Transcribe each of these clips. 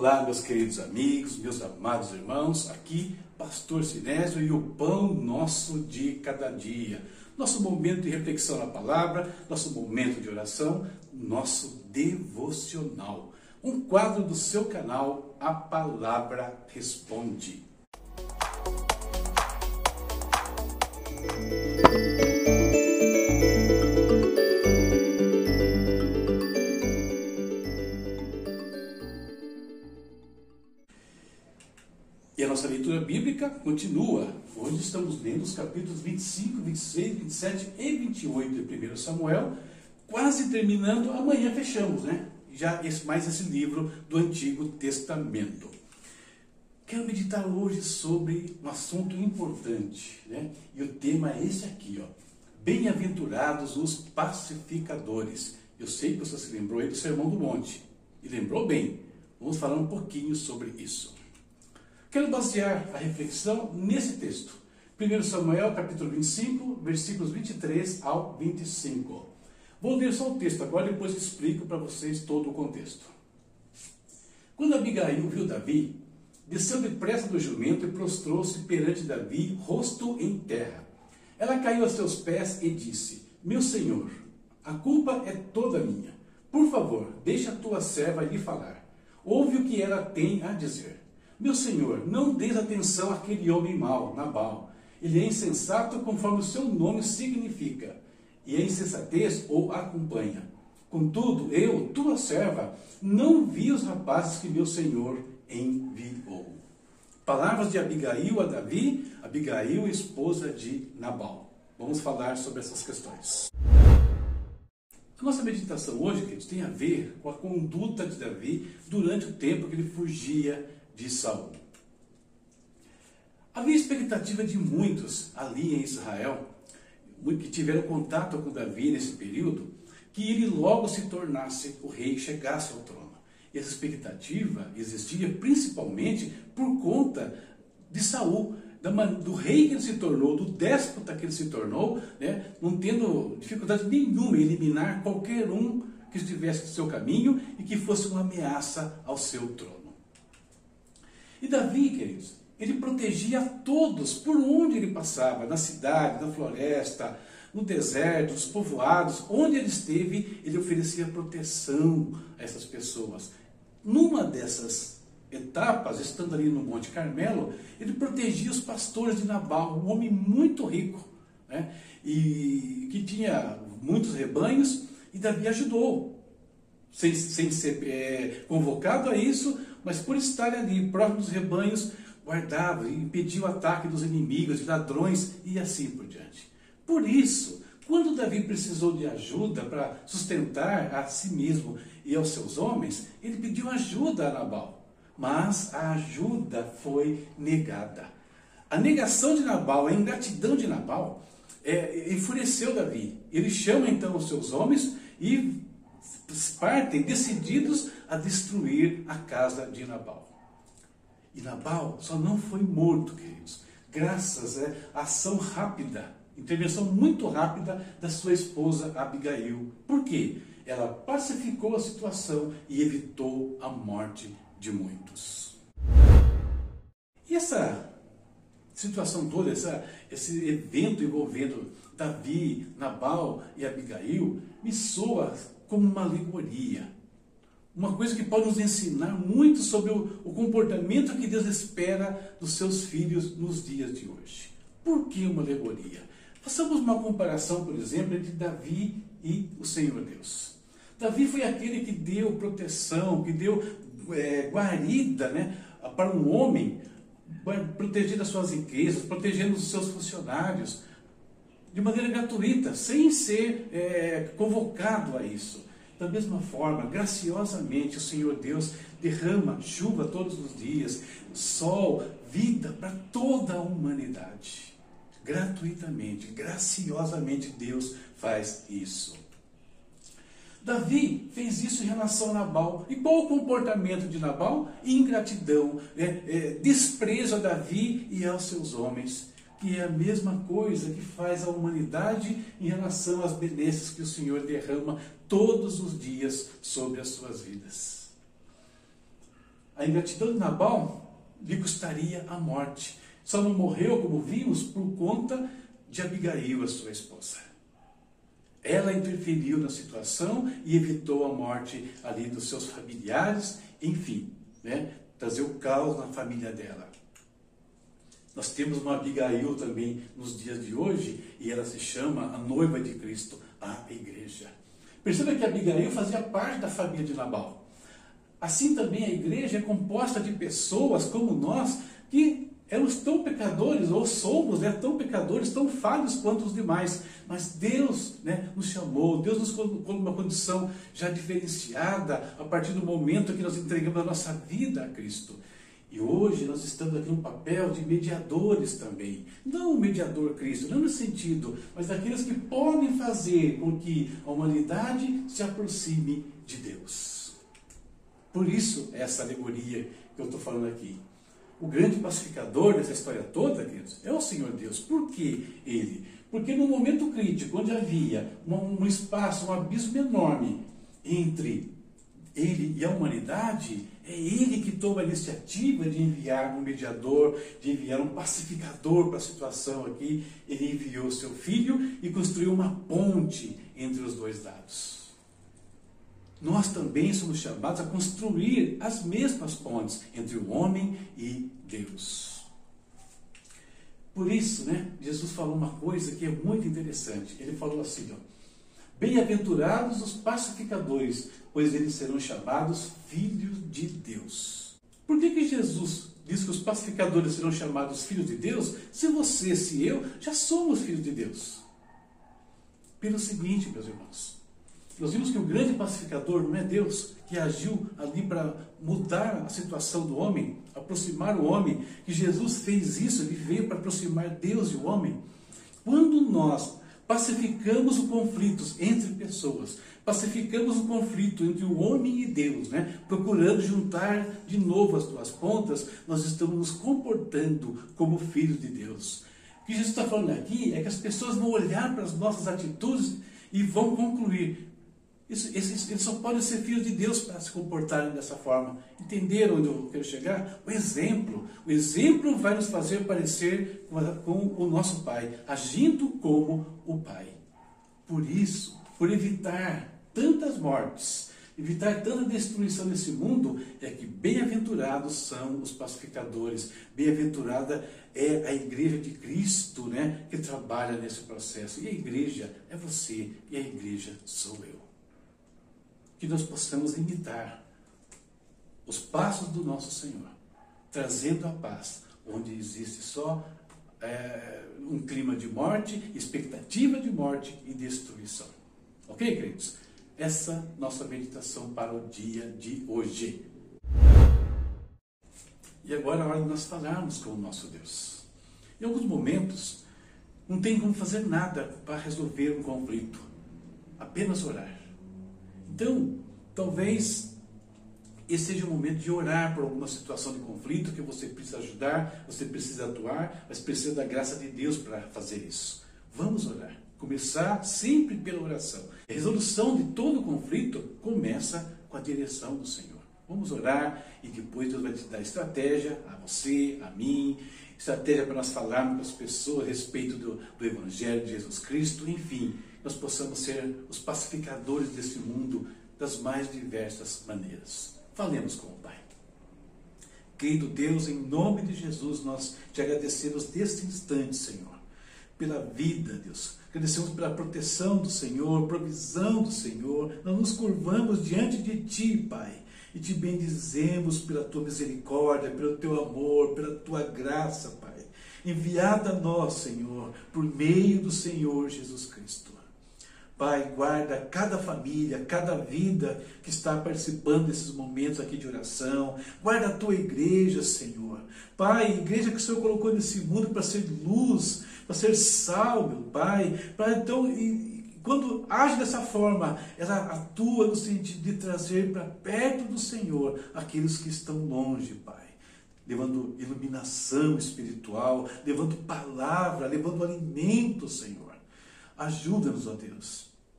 Olá, meus queridos amigos, meus amados irmãos, aqui Pastor Sinésio e o pão nosso de cada dia. Nosso momento de reflexão na palavra, nosso momento de oração, nosso devocional. Um quadro do seu canal, A Palavra Responde. E a nossa leitura bíblica continua. Hoje estamos lendo os capítulos 25, 26, 27 e 28 de 1 Samuel, quase terminando. Amanhã fechamos, né? Já mais esse livro do Antigo Testamento. Quero meditar hoje sobre um assunto importante, né? E o tema é esse aqui, ó. Bem-aventurados os pacificadores. Eu sei que você se lembrou aí do Sermão do Monte. E lembrou bem. Vamos falar um pouquinho sobre isso. Quero basear a reflexão nesse texto. 1 Samuel, capítulo 25, versículos 23 ao 25. Vou ler só o texto agora e depois explico para vocês todo o contexto. Quando Abigail viu Davi, desceu depressa do jumento e prostrou-se perante Davi, rosto em terra. Ela caiu a seus pés e disse: Meu senhor, a culpa é toda minha. Por favor, deixa a tua serva lhe falar. Ouve o que ela tem a dizer. Meu senhor, não deis atenção àquele homem mau, Nabal. Ele é insensato conforme o seu nome significa, e a insensatez o acompanha. Contudo, eu, tua serva, não vi os rapazes que meu senhor enviou. Palavras de Abigail a Davi, Abigail, esposa de Nabal. Vamos falar sobre essas questões. A nossa meditação hoje, queridos, tem a ver com a conduta de Davi durante o tempo que ele fugia de Saul. Havia expectativa de muitos ali em Israel, que tiveram contato com Davi nesse período, que ele logo se tornasse o rei, chegasse ao trono. E essa expectativa existia principalmente por conta de Saul, do rei que ele se tornou, do déspota que ele se tornou, né, não tendo dificuldade nenhuma em eliminar qualquer um que estivesse no seu caminho e que fosse uma ameaça ao seu trono. E Davi, queridos, ele protegia a todos por onde ele passava, na cidade, na floresta, no deserto, nos povoados, onde ele esteve, ele oferecia proteção a essas pessoas. Numa dessas etapas, estando ali no Monte Carmelo, ele protegia os pastores de Nabal, um homem muito rico, né? E que tinha muitos rebanhos, e Davi ajudou, sem ser convocado a isso, mas por estar ali, próximo dos rebanhos, guardava e impedia o ataque dos inimigos, de ladrões e assim por diante. Por isso, quando Davi precisou de ajuda para sustentar a si mesmo e aos seus homens, ele pediu ajuda a Nabal, mas a ajuda foi negada. A negação de Nabal, a ingratidão de Nabal, enfureceu Davi. Ele chama então os seus homens e partem decididos a destruir a casa de Nabal. E Nabal só não foi morto, queridos, graças à ação rápida, intervenção muito rápida da sua esposa Abigail. Por quê? Ela pacificou a situação e evitou a morte de muitos. E essa situação toda, esse evento envolvendo Davi, Nabal e Abigail, me soa como uma alegoria. Uma coisa que pode nos ensinar muito sobre o comportamento que Deus espera dos seus filhos nos dias de hoje. Por que uma alegoria? Façamos uma comparação, por exemplo, entre Davi e o Senhor Deus. Davi foi aquele que deu proteção, que deu guarida, né, para um homem, protegendo as suas riquezas, protegendo os seus funcionários, de maneira gratuita, sem ser convocado a isso. Da mesma forma, graciosamente, o Senhor Deus derrama chuva todos os dias, sol, vida para toda a humanidade. Gratuitamente, graciosamente, Deus faz isso. Davi fez isso em relação a Nabal. E qual o comportamento de Nabal? Ingratidão, desprezo a Davi e aos seus homens. Que é a mesma coisa que faz a humanidade em relação às benesses que o Senhor derrama todos os dias sobre as suas vidas. a ingratidão de Nabal lhe custaria a morte. Só não morreu, como vimos, por conta de Abigail, a sua esposa. Ela interferiu na situação e evitou a morte ali dos seus familiares, enfim, né, trazer o caos na família dela. Nós temos uma Abigail também nos dias de hoje, e ela se chama a noiva de Cristo, a igreja. Perceba que Abigail fazia parte da família de Nabal. Assim também a igreja é composta de pessoas como nós, que éramos tão pecadores, ou somos tão pecadores, tão falhos quanto os demais. Mas Deus, nos chamou, Deus nos colocou numa condição já diferenciada a partir do momento que nós entregamos a nossa vida a Cristo. E hoje nós estamos aqui no papel de mediadores também. Não o mediador Cristo, não nesse sentido, mas daqueles que podem fazer com que a humanidade se aproxime de Deus. Por isso, essa alegoria que eu estou falando aqui. O grande pacificador dessa história toda, queridos, é o Senhor Deus. Por que Ele? Porque no momento crítico, onde havia um espaço, um abismo enorme entre Ele e a humanidade, é Ele que toma a iniciativa de enviar um mediador, de enviar um pacificador para a situação aqui. Ele enviou seu Filho e construiu uma ponte entre os dois lados. Nós também somos chamados a construir as mesmas pontes entre o homem e Deus. Por isso, Jesus falou uma coisa que é muito interessante. Ele falou assim, bem-aventurados os pacificadores, pois eles serão chamados filhos de Deus. Por que Jesus diz que os pacificadores serão chamados filhos de Deus, se você, se eu, já somos filhos de Deus? Pelo seguinte, meus irmãos, nós vimos que o grande pacificador não é Deus, que agiu ali para mudar a situação do homem, aproximar o homem, que Jesus fez isso, ele veio para aproximar Deus e o homem. Quando nós pacificamos os conflitos entre pessoas, pacificamos o conflito entre o homem e Deus, procurando juntar de novo as duas pontas, nós estamos nos comportando como filhos de Deus. O que Jesus está falando aqui é que as pessoas vão olhar para as nossas atitudes e vão concluir: eles só podem ser filhos de Deus para se comportarem dessa forma. Entenderam onde eu quero chegar? O exemplo vai nos fazer parecer com o nosso Pai, agindo como o Pai. Por isso, por evitar tantas mortes, evitar tanta destruição nesse mundo, é que bem-aventurados são os pacificadores, bem-aventurada é a igreja de Cristo, que trabalha nesse processo. E a igreja é você, e a igreja sou eu. Que nós possamos imitar os passos do nosso Senhor, trazendo a paz, onde existe só um clima de morte, expectativa de morte e destruição. Ok, queridos? Essa nossa meditação para o dia de hoje. E agora é a hora de nós falarmos com o nosso Deus. Em alguns momentos, não tem como fazer nada para resolver um conflito, apenas orar. Então, talvez esse seja o momento de orar por alguma situação de conflito que você precisa ajudar, você precisa atuar, mas precisa da graça de Deus para fazer isso. Vamos orar. Começar sempre pela oração. A resolução de todo conflito começa com a direção do Senhor. Vamos orar e depois Deus vai te dar estratégia, a você, a mim, estratégia para nós falarmos com as pessoas a respeito do Evangelho de Jesus Cristo, enfim, nós possamos ser os pacificadores desse mundo das mais diversas maneiras. Falemos com o Pai. Querido Deus, em nome de Jesus, nós te agradecemos deste instante, Senhor, pela vida, Deus. Agradecemos pela proteção do Senhor, provisão do Senhor. Nós nos curvamos diante de Ti, Pai, e Te bendizemos pela Tua misericórdia, pelo Teu amor, pela Tua graça, Pai, enviada a nós, Senhor, por meio do Senhor Jesus Cristo. Pai, guarda cada família, cada vida que está participando desses momentos aqui de oração. Guarda a Tua igreja, Senhor. Pai, igreja que o Senhor colocou nesse mundo para ser luz, para ser sal, meu Pai. Então, quando age dessa forma, ela atua no sentido de trazer para perto do Senhor aqueles que estão longe, Pai. Levando iluminação espiritual, levando palavra, levando alimento, Senhor. Ajuda-nos, ó Deus.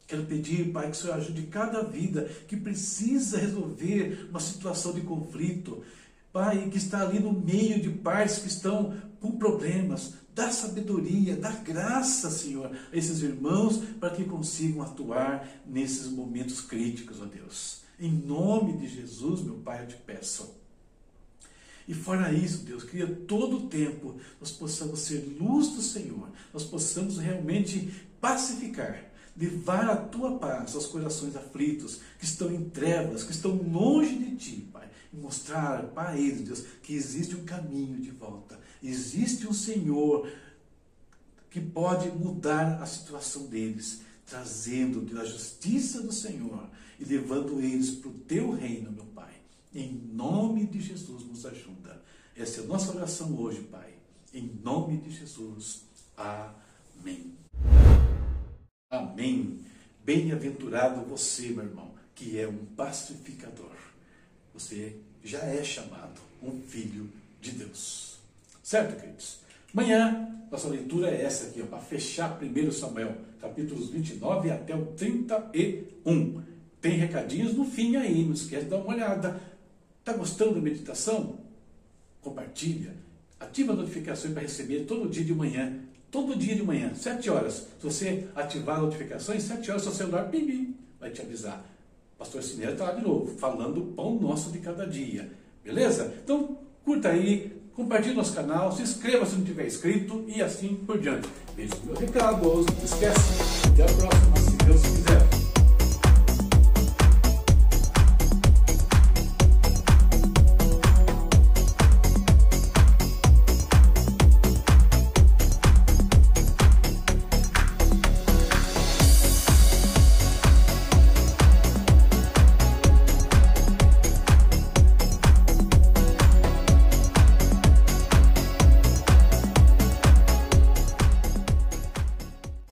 Quero pedir, Pai, que o Senhor ajude cada vida que precisa resolver uma situação de conflito. Pai, que está ali no meio de pais que estão com problemas. Dá sabedoria, dá graça, Senhor, a esses irmãos para que consigam atuar nesses momentos críticos, ó Deus. Em nome de Jesus, meu Pai, eu te peço. E fora isso, Deus, que a todo tempo nós possamos ser luz do Senhor, nós possamos realmente pacificar, levar a tua paz aos corações aflitos, que estão em trevas, que estão longe de ti, Pai. E mostrar para eles, Deus, que existe um caminho de volta. Existe um Senhor que pode mudar a situação deles, trazendo a justiça do Senhor e levando eles para o teu reino, meu Pai. Em nome de Jesus, nos ajuda. Essa é a nossa oração hoje, Pai. Em nome de Jesus. Amém. Amém. Bem-aventurado você, meu irmão, que é um pacificador. Você já é chamado um filho de Deus. Certo, queridos? Amanhã, nossa leitura é essa aqui, para fechar 1 Samuel, capítulos 29 até o 31. Tem recadinhos no fim aí, não esquece de dar uma olhada. Está gostando da meditação? Compartilha. Ativa a notificação para receber todo dia de manhã, 7 horas. Se você ativar a notificação, em 7 horas seu celular vai te avisar. Pastor Cineiro está lá de novo, falando o pão nosso de cada dia. Beleza? Então, curta aí, compartilhe nosso canal, se inscreva se não tiver inscrito e assim por diante. Beijo no meu recado, não esquece. Até a próxima, se Deus quiser.